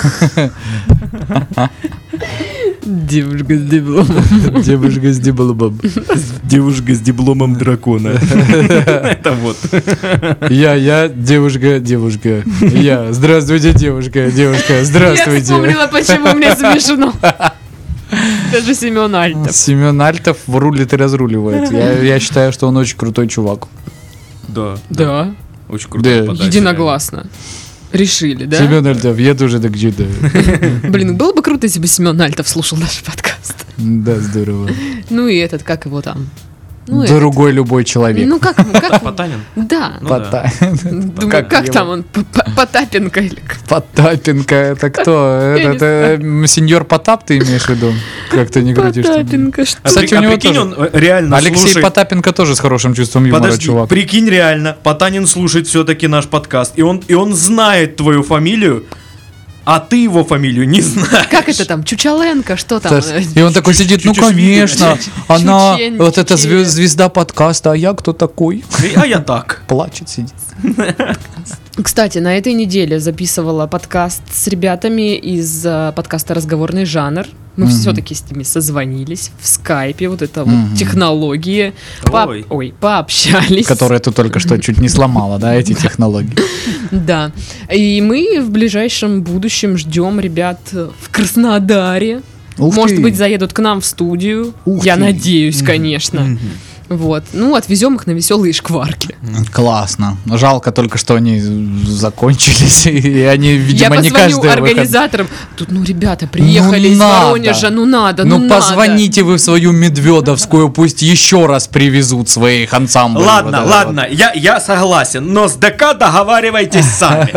Девушка с дипломом. Девушка с дипломом. Девушка с дипломом дракона. Это вот. Я, я, девушка, девушка. Я, здравствуйте, девушка, девушка, Я здравствуйте. вспомнила, почему мне смешно. Даже Семен Альтов. Семен Альтов рулит и разруливает. Я, я считаю, что он очень крутой чувак. Да. Да, Очень круто. Да. единогласно. Решили, да? Семен Альтов, я тоже так считаю. Блин, было бы круто, если бы Семен Альтов слушал наш подкаст. Да, здорово. Ну и этот, как его там? Ну, этот. Другой любой человек. Ну как, как? Потанин? Да. Ну да. Пота- Думаю, как как его? там он? П- П- Потапенко или как? Потапенко, это кто? Я не Это э, сеньор Потап ты имеешь в виду? Как ты не крутишь? Потапенко, что? А Кстати, при- у а него прикинь, тоже- он э, реально Алексей слушает- Потапенко тоже с хорошим чувством юмора, Подожди, чувак. прикинь, реально, Потанин слушает все-таки наш подкаст, и он, и он знает твою фамилию, а ты его фамилию не знаешь. Как это там? Чучаленко, что там? То есть- И он такой сидит, ну Чуть-чуть конечно, она Чучен, вот эта Чучен. зве- звезда подкаста, а я кто такой? А я так. Плачет, сидит. Кстати, на этой неделе записывала подкаст с ребятами из э, подкаста «Разговорный жанр». Мы Мгм. все-таки с ними созвонились в скайпе, вот это Мгм. вот технологии. По- Ой. Ой, пообщались. Которые ты только что чуть не сломала, да, эти технологии. Да. И мы в ближайшем будущем ждем ребят в Краснодаре. Ух Может ты. быть, заедут к нам в студию. Ух Я ты. надеюсь, конечно. Вот. Ну, отвезем их на веселые шкварки. Классно. Жалко только, что они закончились, и они, Я видимо, не позвоню каждый выход. организаторам. Тут, ну, ребята, приехали Ну, из надо. Воронежа, ну надо, ну, Ну, надо. позвоните вы в свою Медведовскую, пусть еще раз привезут своих ансамблей. Ладно, Вот это ладно, я, я согласен, но с ДК договаривайтесь сами.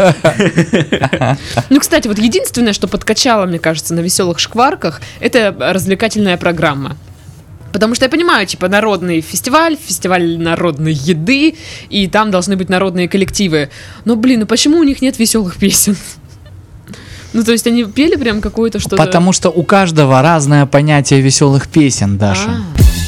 Ну, кстати, вот единственное, что подкачало, мне кажется, на веселых шкварках, это развлекательная программа. Потому что я понимаю, типа, народный фестиваль, фестиваль народной еды, и там должны быть народные коллективы. Но, блин, ну почему у них нет веселых песен? Ну, то есть они пели прям какое-то вот. что-то... Потому что у каждого разное понятие веселых песен, Даша. А.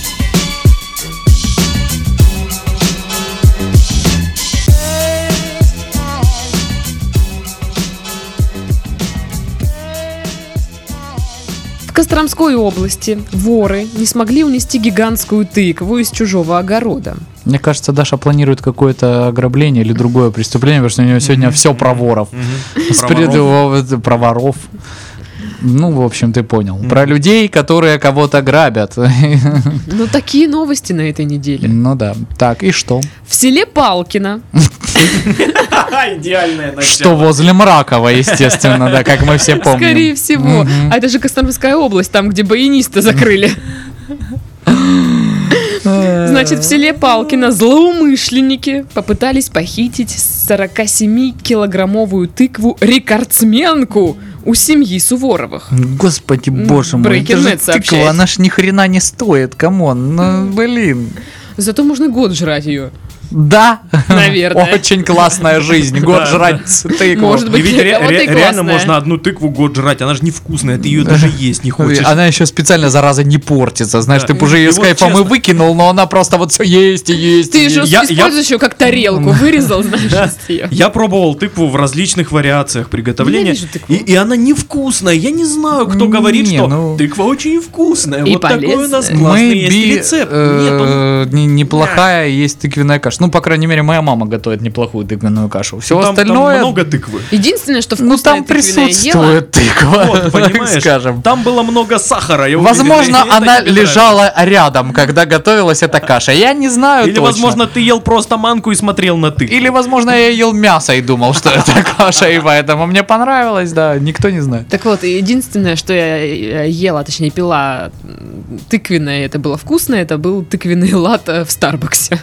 В Костромской области воры не смогли унести гигантскую тыкву из чужого огорода. Мне кажется, Даша планирует какое-то ограбление или другое преступление, потому что у нее сегодня все про воров. С Про пред- воров. вот, про воров. Ну, в общем, ты понял. Про людей, которые кого-то грабят. Ну, такие новости на этой неделе. Ну да. Так, и что? В селе Палкино Идеальное начало. Что возле Мракова, естественно, да, как мы все помним. скорее всего. Мгм. А это же Костромская область, там, где баяниста закрыли. Значит, в селе Палкино злоумышленники попытались похитить сорокасемикилограммовую тыкву-рекордсменку у семьи Суворовых. Господи, боже мой, это Breaking же Mad тыква, сообщает. она ж ни хрена не стоит, камон, ну, блин. Зато можно год жрать ее. Да, Наверное. очень классная жизнь, год жрать тыкву. Может быть, И ведь для ре- кого-то ре- и реально классная. можно одну тыкву год жрать, она же невкусная, ты ее даже есть не хочешь. Она еще специально, зараза, не портится. Знаешь, Да. ты уже ее И с вот кайфом и честно. выкинул, но она просто вот все есть и есть. Ты и же есть. Я- используешь ее как тарелку, вырезал, знаешь, из её. Я пробовал тыкву в различных вариациях приготовления, Ненавижу тыкву. и, и она невкусная. Я не знаю, кто Не, говорит, что ну- тыква очень вкусная. И вот такой у нас полезная. классный есть Maybe, рецепт. э, Нет, он- не- неплохая есть тыквенная каша. Ну, по крайней мере, моя мама готовит неплохую тыквенную кашу. Все там, там остальное... много тыквы. Единственное, что ну, вкусное там тыквенное ела, присутствует тыква, Вот, так понимаешь, скажем. там было много сахара. я уверен, Возможно, и это она тебе лежала рядом, когда готовилась эта каша. Я не знаю нравится. Или, точно. возможно, ты ел просто манку и смотрел на тыкву. Или, возможно, я ел мясо и думал, что это каша, и поэтому мне понравилось, да, никто не знает. Так вот, единственное, что я э, ела, точнее пила м, тыквенное, это было вкусно, это был тыквенный латте в Старбаксе.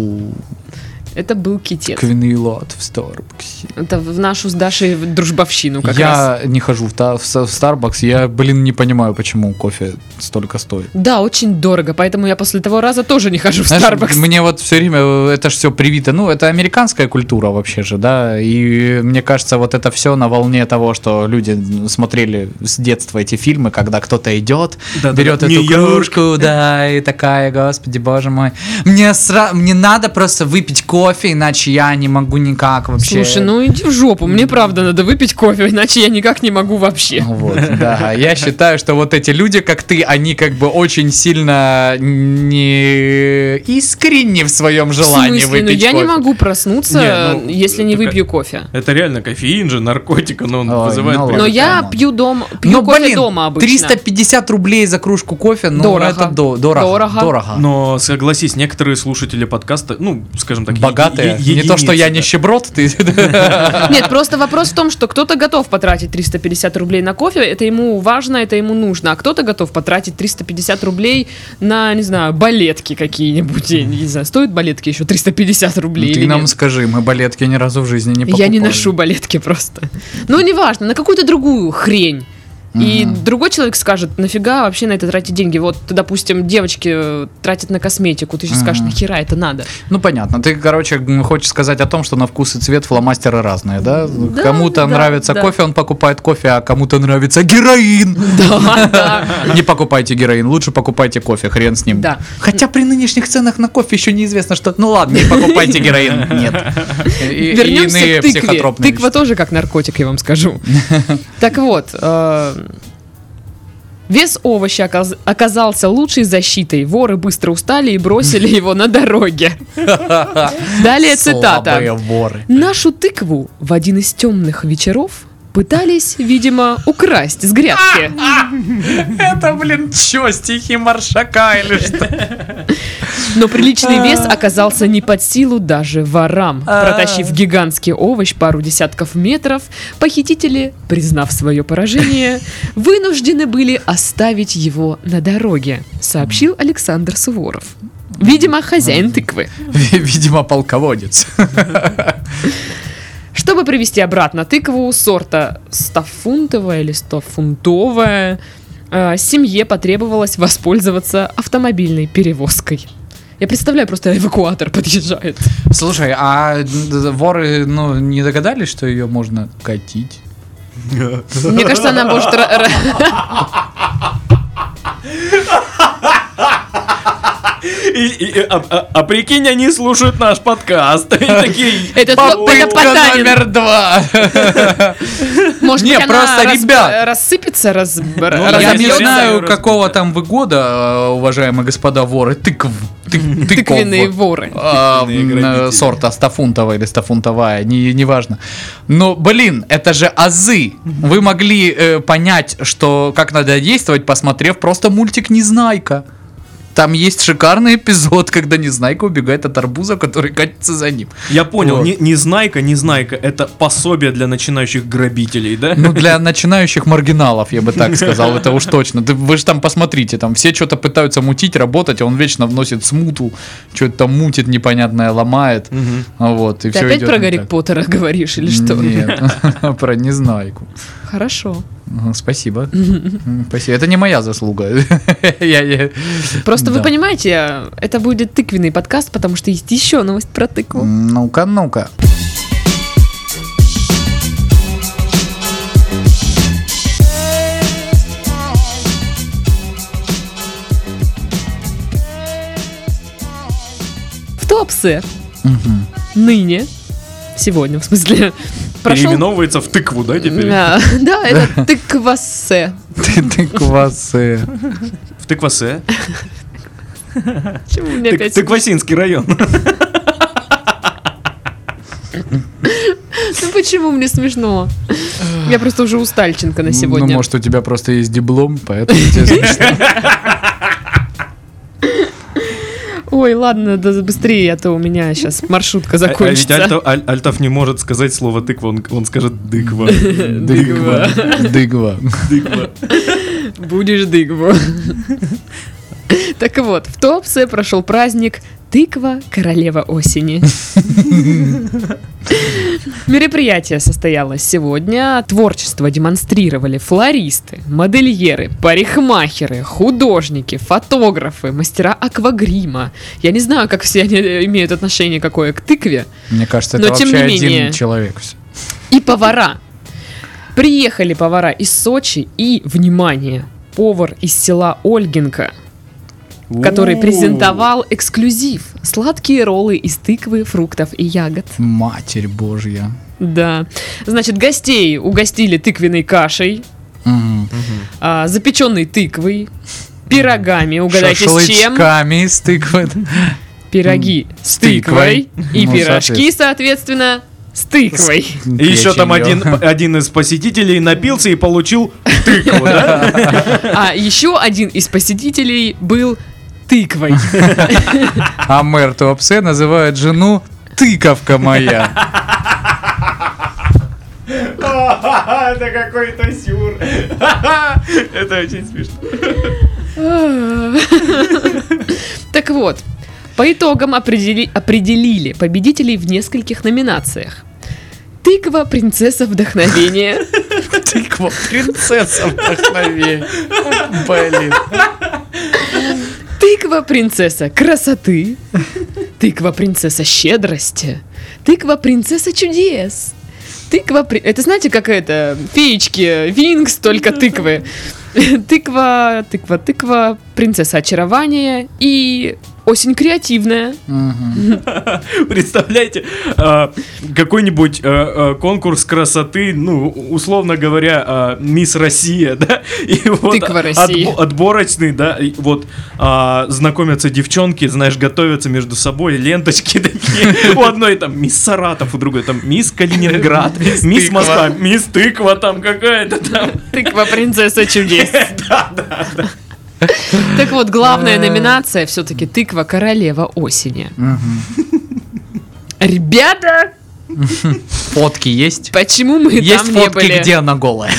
Это был китет. Тыквенный лад в Старбаксе. Это в нашу с Дашей дружбовщину как раз. Я не хожу в, та- в С- в Starbucks, я, блин, не понимаю, почему кофе столько стоит. Да, очень дорого, поэтому я после того раза тоже не хожу в Знаешь, Starbucks. мне вот все время э, это же все привито. Ну, это американская культура вообще же, да. И мне кажется, вот это все на волне того, что люди смотрели с детства эти фильмы, когда кто-то идет, Да-да-да. берет эту Нью-Йорк. кружку, да, и такая, господи, боже мой. Мне, сра... мне надо просто выпить кофе, иначе я не могу никак вообще. Слушай, ну иди в жопу, мне правда надо выпить кофе, иначе я никак не могу вообще. Вот, да. Я считаю, что вот эти люди, как ты, они как бы очень сильно не искренни в своем В желании смысле? Ну выпить я не кофе. могу проснуться, Не, ну, если не это выпью кофе. Это реально кофеин же, наркотик, но он Ой, вызывает... ну ладно. Но привыкание. я нормально. пью дом, пью Ну, кофе блин, дома обычно. триста пятьдесят рублей за кружку кофе, ну Дорого. это до- дорого. Дорого. Дорого. Но согласись, некоторые слушатели подкаста, ну, скажем так, е- Богатые. е- Не то, что я единицы, да. нищеброд, ты... Нет, просто вопрос в том, что кто-то готов потратить триста пятьдесят рублей на кофе, это ему важно, это ему нужно, а кто-то готов потратить триста пятьдесят рублей на, не знаю, балетки какие-нибудь, я не знаю, стоят балетки еще триста пятьдесят рублей Ты или нам нет? скажи, мы балетки ни разу в жизни не покупали. Я не ношу балетки просто. Ну, неважно, на какую-то другую хрень. И Мгм. другой человек скажет, нафига вообще на это тратить деньги? Вот, допустим, девочки э, тратят на косметику, ты же скажешь, Мгм. нахера это надо? Ну, понятно. Ты, короче, м, хочешь сказать о том, что на вкус и цвет фломастеры разные, да? Да, Кому-то да, нравится да. кофе, он покупает кофе, а кому-то нравится героин. Да, да. Не покупайте героин, лучше покупайте кофе, хрен с ним. Да. Хотя при нынешних ценах на кофе еще неизвестно, что... Ну ладно, не покупайте героин, нет. И- и Вернемся иные к тыкве. психотропные Тыква тоже как наркотик, я вам скажу. Так вот, э, вес овоща оказ- оказался лучшей защитой. Воры быстро устали и бросили его на дороге. вещества. Далее Слабые цитата. воры. Нашу тыкву в один из темных вечеров пытались, видимо, украсть с грядки. Это, блин, чё, стихи Маршака или что? Но приличный вес оказался не под силу даже ворам. Протащив гигантский овощ пару десятков метров, похитители, признав свое поражение, вынуждены были оставить его на дороге, сообщил Александр Суворов. Видимо, хозяин тыквы. Видимо, полководец. Чтобы привезти обратно тыкву сорта стофунтовая или стофунтовая, э, семье потребовалось воспользоваться автомобильной перевозкой. Я представляю, просто эвакуатор подъезжает. Слушай, а д- воры, ну, не догадались, что ее можно катить? Мне кажется, она может... ра- ра- И- и- а, а- а прикинь, они слушают наш подкаст. И такие, Это «Папа, это Потанин. номер два. Может Не, быть, она просто, рас- ребят. рассыпется, раз- Я не разобьется? знаю, разобьется. какого там вы года, э, уважаемые господа воры, тыкв, ты- тыков, Тыквенные воры. а, Тыквенные м, грабители. э, сорта стафунтовая или стафунтовая, не, не важно. Но, блин, это же азы. Вы могли э, понять, что как надо действовать, посмотрев просто мультик «Незнайка». Там есть шикарный эпизод, когда Незнайка убегает от арбуза, который катится за ним. Я понял, Вот. не, Незнайка, Незнайка, это пособие для начинающих грабителей, да? Ну, для начинающих маргиналов, я бы так сказал, это уж точно. Да вы же там посмотрите, там все что-то пытаются мутить, работать, а он вечно вносит смуту, что-то там мутит непонятное, ломает. Мгм. Вот, и Ты все опять идет про не Гарри так. Поттера говоришь или что? Нет, про Незнайку. Хорошо. Ага, Спасибо. М, Спасибо. Это не моя заслуга. Я- я- Просто вы Да. понимаете, это будет тыквенный подкаст, потому что есть еще новость про тыкву. Ну-ка, ну-ка. В Туапсе Мгм. ныне, сегодня в смысле, прошел... Переименовывается в тыкву, да, теперь? Да, да, это тыквасе. Ты ты квасы. В Тыквасе. Почему мне Тык- опять... Тыквасинский район. Ну почему мне смешно? Я просто уже устальченко на Ну, сегодня. может, у тебя просто есть диплом, поэтому тебе смешно. Ой, ладно, да быстрее, а то у меня сейчас маршрутка А- а ведь закончится. Альтов, Аль- Альтов не может сказать слово тыква, он, он скажет дыква. Дыгва. Дыгва. Дыква. Будешь дыгву. Так вот, в Туапсе прошел праздник «Тыква королева осени». Мероприятие состоялось сегодня. Творчество демонстрировали флористы, модельеры, парикмахеры, художники, фотографы, мастера аквагрима. Я не знаю, как все они имеют отношение какое к тыкве. Мне кажется, Но это тем вообще не менее. один человек. всё. И повара. Приехали повара из Сочи и, внимание, повар из села Ольгинка, который У-у-у. презентовал эксклюзив – сладкие роллы из тыквы, фруктов и ягод. Матерь Божья. Да. Значит, гостей угостили тыквенной кашей, Мгм. а, запеченной тыквой, пирогами, угадайте с чем? Шашлычками из тыквы. Пироги с С тыквой. тыквой и Ну, пирожки, соответственно, с тыквой. И еще там Печенью. один, один из посетителей напился и получил тыкву, да? А еще один из посетителей был тыквой. А мэр Туапсе называет жену тыковка моя. Это какой-то сюр. Это очень смешно. Так вот, по итогам определи- определили победителей в нескольких номинациях. Тыква принцесса вдохновения. Тыква принцесса вдохновения. Блин. Тыква принцесса красоты. Тыква принцесса щедрости. Тыква принцесса чудес. Тыква... при- Это знаете, как это? Феечки, Винкс, только тыквы. Тыква, тыква, тыква, принцесса очарования и осень креативная. Мгм. Представляете, а, какой-нибудь а, а, конкурс красоты, ну, условно говоря, а, Мисс Россия, да? И вот Тыква России. отбо- отборочный, да, и вот а, знакомятся девчонки, знаешь, готовятся между собой, ленточки такие. У одной там Мисс Саратов, у другой там Мисс Калининград, Мисс Тыква. Москва, Мисс Тыква там какая-то там. Тыква принцесса чудес. Так вот, главная номинация все-таки тыква королева осени. Мгм. Ребята, Фотки есть? почему мы Есть там не фотки, были? где она голая.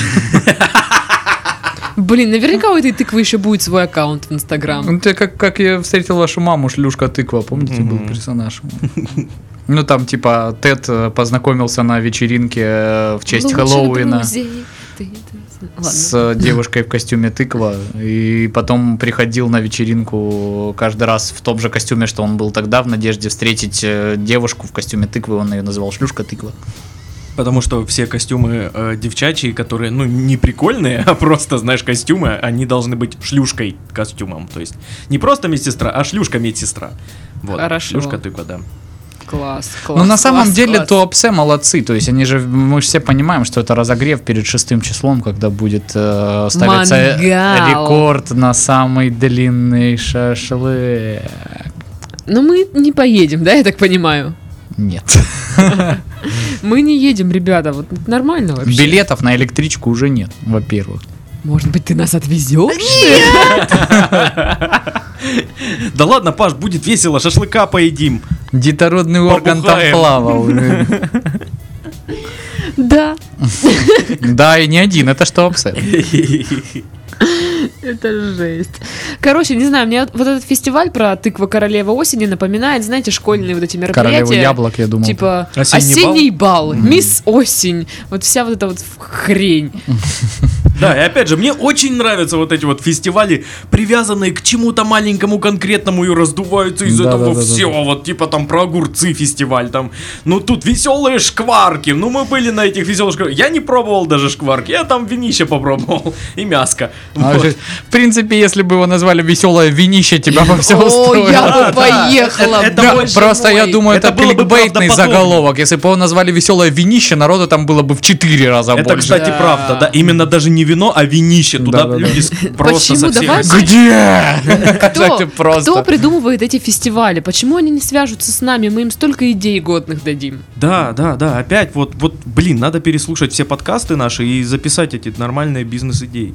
Блин, наверняка у этой тыквы еще будет свой аккаунт в Инстаграм. Ну, это как, как я встретил вашу маму, шлюшка тыква, помните, был персонаж? Ну, там, типа, Тед э, познакомился на вечеринке э, в честь Лучших Хэллоуина друзей ты- ты- Ладно. с э, девушкой в костюме тыква, и потом приходил на вечеринку каждый раз в том же костюме, что он был тогда, в надежде встретить э, девушку в костюме тыквы, он ее называл шлюшка тыква. Потому что все костюмы э, девчачьи, которые, ну, не прикольные, а просто, знаешь, костюмы, они должны быть шлюшкой костюмом. То есть не просто медсестра, а шлюшка-медсестра. Вот. Хорошо. Шлюшка тыква, да. Класс, класс. Ну, на самом класс, деле, класс. Туапсе молодцы, то есть они же, мы же все понимаем, что это разогрев перед шестым числом, когда будет э, ставиться Мангал. рекорд на самый длинный шашлык. Ну, мы не поедем, да, я так понимаю? Нет. Мы не едем, ребята, вот нормально вообще. Билетов на электричку уже нет, во-первых. Может быть, ты нас отвезешь? Да ладно, Паш, будет весело, шашлыка поедим. Детородный орган там Побухаем. плавал. Да, Да, и не один, это что апсет. это жесть. Короче, не знаю, мне вот этот фестиваль про тыква королева осени напоминает, знаете, школьные вот эти мероприятия. Королеву яблок, я думал. Типа Осенний осенний бал, мисс осень, вот вся вот эта вот хрень. Да, и опять же, мне очень нравятся вот эти вот фестивали, привязанные к чему-то маленькому конкретному и раздуваются из Да, этого да, да, всего. Вот типа там про огурцы фестиваль, там, ну тут веселые шкварки. Ну мы были на этих веселых шкварках. Я не пробовал даже шкварки, я там винище попробовал и мяско. А Вот. же, в принципе, если бы его назвали веселое винище, тебя бы все О, устроило. я Да, бы да. поехала. Это- это Да, боже просто я мой. думаю, Это это, было бы кликбейтный правдоподобно. заголовок. Если бы его назвали веселое винище, народу там было бы в четыре раза Это, больше. кстати, Да. правда, да. Именно даже не вино, а винище. Туда Да, да, да. люди с- просто Почему? со всех... Давайте- Где? Кто, Кстати, просто. кто придумывает эти фестивали? Почему они не свяжутся с нами? Мы им столько идей годных дадим. Да, да, да, опять вот, вот, блин, надо переслушать все подкасты наши и записать эти нормальные бизнес-идеи.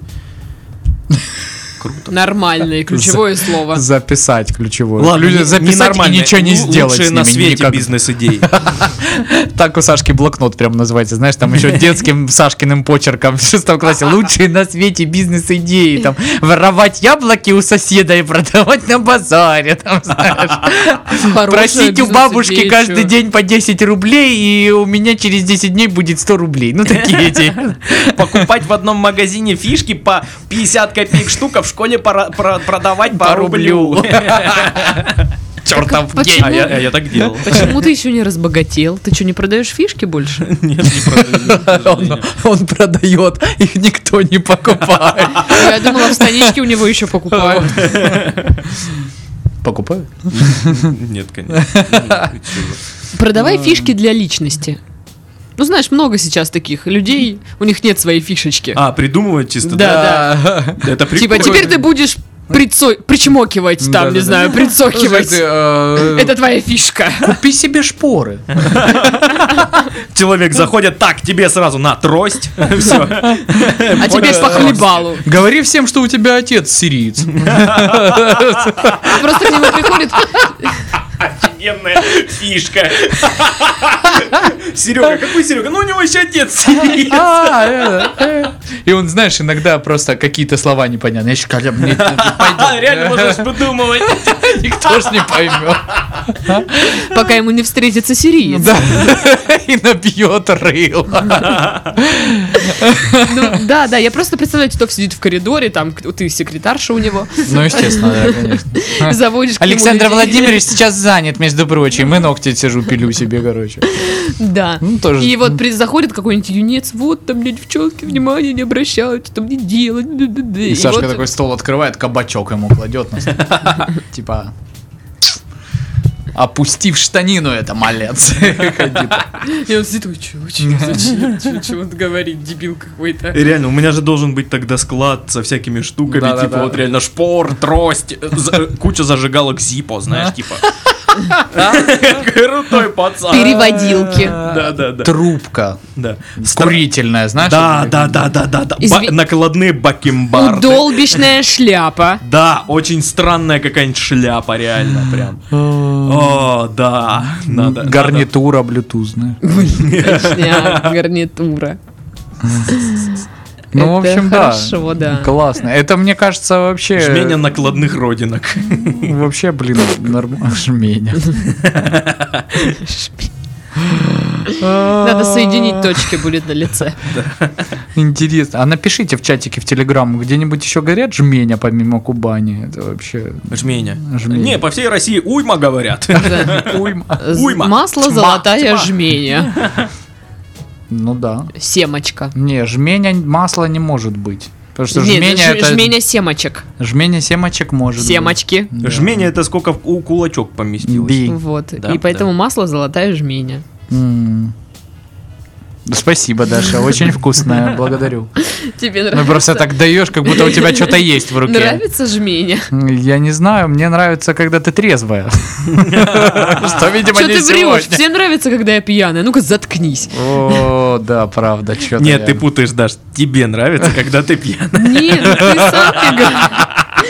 Круто. Нормальное ключевое слово. Записать ключевое. Ладно, Люди не- записать и ненормальные, ничего не лу- сделать Лучшие с на ними свете никак. бизнес-идеи. Так у Сашки блокнот прям называется, знаешь, там еще детским Сашкиным почерком в шестом классе. Лучшие на свете бизнес-идеи. Там воровать яблоки у соседа и продавать на базаре. Там, знаешь. Хорошая Просить у бабушки бизнес-идея, каждый чё? день по десять рублей, и у меня через десять дней будет сто рублей. Ну, такие эти. Покупать в одном магазине фишки по пятьдесят копеек штука, в школе пора- про- продавать по По рублю. рублю. Чертов Почему? гей. А я а я так делал. Почему ты еще не разбогател? Ты что, не продаешь фишки больше? Нет, не продаю, к Он, сожалению. он продает, их никто не покупает. Ну, я думала, в станичке у него еще покупают. Покупают? Нет, конечно. Ты чего? Продавай фишки для личности. Ну, знаешь, много сейчас таких людей, у них нет своей фишечки. А, придумывать чисто, Да, да? да. Это Типа, прикольно. теперь ты будешь прицо- причмокивать там, Да-да-да. не знаю, прицокивать. Слушай, ты, э, Это твоя фишка. Купи себе шпоры. Человек заходит, так, тебе сразу на трость. Все. А тебе по хлебалу. Говори всем, что у тебя отец сириец. Просто к нему приходит, Офигенная фишка. Серега, какой Серега? Ну у него еще отец сидит. А, это, э. И он, знаешь, иногда просто какие-то слова непонятные. Я считаю, мне это не пойдет. Реально можешь выдумывать. Никто ж не поймет. пока ему не встретится сириец. Да. И набьет рыло. Ну, да, да, я просто представляю, кто сидит в коридоре, там, кто- ты секретарша у него, Ну, естественно, да, конечно. заводишь к нему Александр людей. Владимирович сейчас занят, между прочим. И ногти сижу, пилю себе, короче. Да. Ну, тоже. И вот при- заходит какой-нибудь юнец, вот там мне девчонки внимания не обращают, что мне делать. И, И Сашка вот- такой стол открывает, кабачок ему кладет на стол. Типа, опустив штанину, это малец. И он сидит, ой, чё, чё, зачем, чё, чё он говорит, дебил какой-то. И реально, у меня же должен быть тогда склад со всякими штуками, Да-да-да. типа вот реально шпор, трость, э, за- куча зажигалок Зиппо, знаешь, типа. Крутой пацан. Переводилки. Да, да, да. Трубка. Да. Курительная, знаешь? Да, вот да, да, да, да, да. Изви- Ба- накладные бакенбарды. Удолбищная шляпа. Да, очень странная какая-нибудь шляпа, реально, прям. О, да, надо. надо. Гарнитура, Bluetooth, знаешь. Точняк, гарнитура. Ну, в Это общем, да. хорошо, да. Классно. Это, мне кажется, вообще... Жменя накладных родинок. Вообще, блин, нормально. Жменя. Надо соединить точки будет на лице. Интересно. А напишите в чатике в Телеграм, где-нибудь еще горят жменя помимо Кубани? Это вообще... Жменя. Жменя. Не, по всей России уйма говорят. Уйма. З- Уйма. Масло Тьма, золотая тьма. жменя. Ну да. Семочка. Не, жменя масла не может быть. Потому что Нет, жменя ж- это... жменя семочек. Жменя семочек может быть. Семочки. Да. Жменя это сколько в- у кулачок поместилось. Би. Вот. Да, И поэтому да. масло золотая жменя. М. Спасибо, Даша, очень вкусная, благодарю. Тебе Ну нравится? просто так даешь, как будто у тебя что-то есть в руке. Нравится жменя? Я не знаю, мне нравится, когда ты трезвая. Что, видимо, Что не ты врешь? сегодня. Всем нравится, когда я пьяная. Ну-ка, заткнись. О, да, правда, что-то. Нет, ты путаешь, Даш. Тебе нравится, когда ты пьяна. Нет, ну ты сам ты говоришь.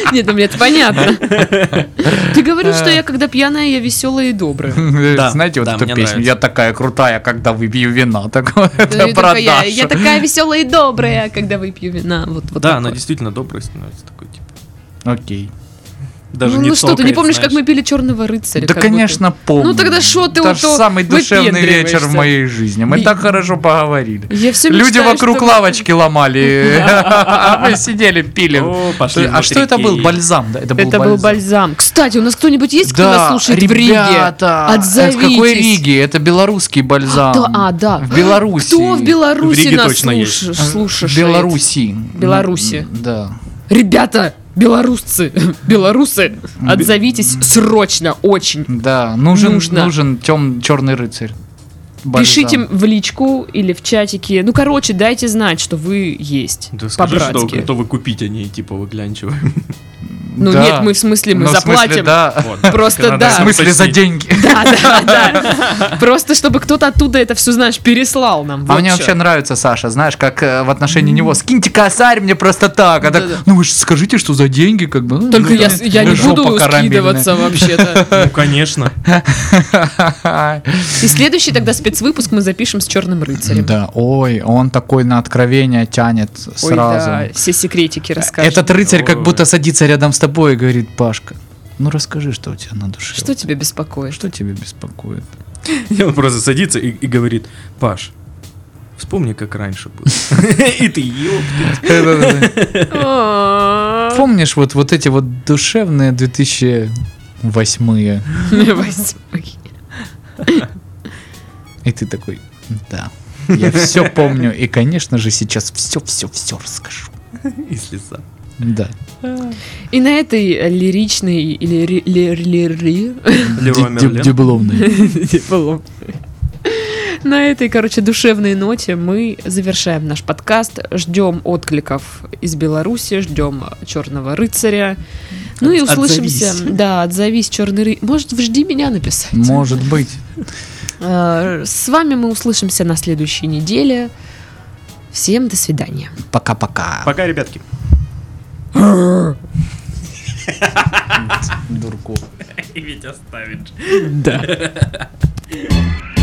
Нет, ну мне это понятно. Ты говорил, что я когда пьяная, я веселая и добрая. Да, Знаете вот да, эту мне песню? нравится. Я такая крутая, когда выпью вина. Такое Я это такая, продаж. я такая веселая и добрая, когда выпью вина. Вот, вот Да, такое. она действительно добрая становится такой, типа. Окей. Даже ну, не ну что, ты не цокает, помнишь, как знаешь. мы пили черного рыцаря? Да, как будто? конечно, помню. Ну, тогда шо ты Это вот ж то самый душевный вечер в выпендриваешься? моей жизни. Мы Би- так хорошо поговорили. Я все Люди мечтаю, вокруг чтобы- лавочки ломали, а мы сидели, пили. О, пошли А что это был? внутрики. Бальзам, да? Это был Это был бальзам. Кстати, у нас кто-нибудь есть, кто нас Да, слушает в Риге? ребята, Отзовитесь. в какой Риге? Это белорусский бальзам. Да, а, да. В Беларуси. Кто в Беларуси В Риге нас точно есть. слуш- слушает? В Беларуси. Беларуси. Да. Ребята, белорусцы, белорусы, отзовитесь срочно, очень. Да, нужен, Нужно. нужен тем, черный рыцарь. Бальзам. Пишите в личку или в чатике. Ну, короче, дайте знать, что вы есть. Да скажи, что по-братски. готовы купить, а не типа выглянчивые. Ну Да. нет, мы в смысле, мы Ну, в смысле, заплатим. да. Просто Надо да. В смысле за Спасибо. деньги. Да, да, да. Просто чтобы кто-то оттуда это все, знаешь, переслал нам. А Вот мне чё. вообще нравится Саша, знаешь, как э, в отношении него скиньте косарь мне просто так, а так, Да-да. ну вы же скажите, что за деньги, как бы. ну, Только ну, я, там, я не жопа буду карамельная. скидываться вообще-то. Ну, конечно. И следующий тогда спецвыпуск мы запишем с Черным рыцарем. Да, ой, он такой на откровение тянет Ой, сразу. да, все секретики расскажет. Этот рыцарь как Ой. будто садится рядом с тобой и говорит: Пашка, ну расскажи, что у тебя на душе. Что тебя беспокоит? Что тебя беспокоит? И он просто садится и, и говорит: Паш, вспомни, как раньше было. И ты, ёптать. А. Помнишь вот, вот эти вот душевные две тысячи восьмые? Восьмой. И ты такой: да, я все помню, и, конечно же, сейчас все-все-все расскажу. И слеза. Да. И на этой лиричной или ри- ли- ли- ли- Леруа Ди- ди- Мерлен. Дипломный. диплом. На этой, короче, душевной ноте мы завершаем наш подкаст. Ждем откликов из Беларуси, ждем Черного рыцаря. Ну и От- услышимся. отзовись. Да, отзовись, Черный рыцарь. Может, в жди меня написать. Может быть. Э, С вами мы услышимся на следующей неделе. Всем до свидания. Пока-пока. Пока, ребятки. Дурку. И ведь оставить. Да.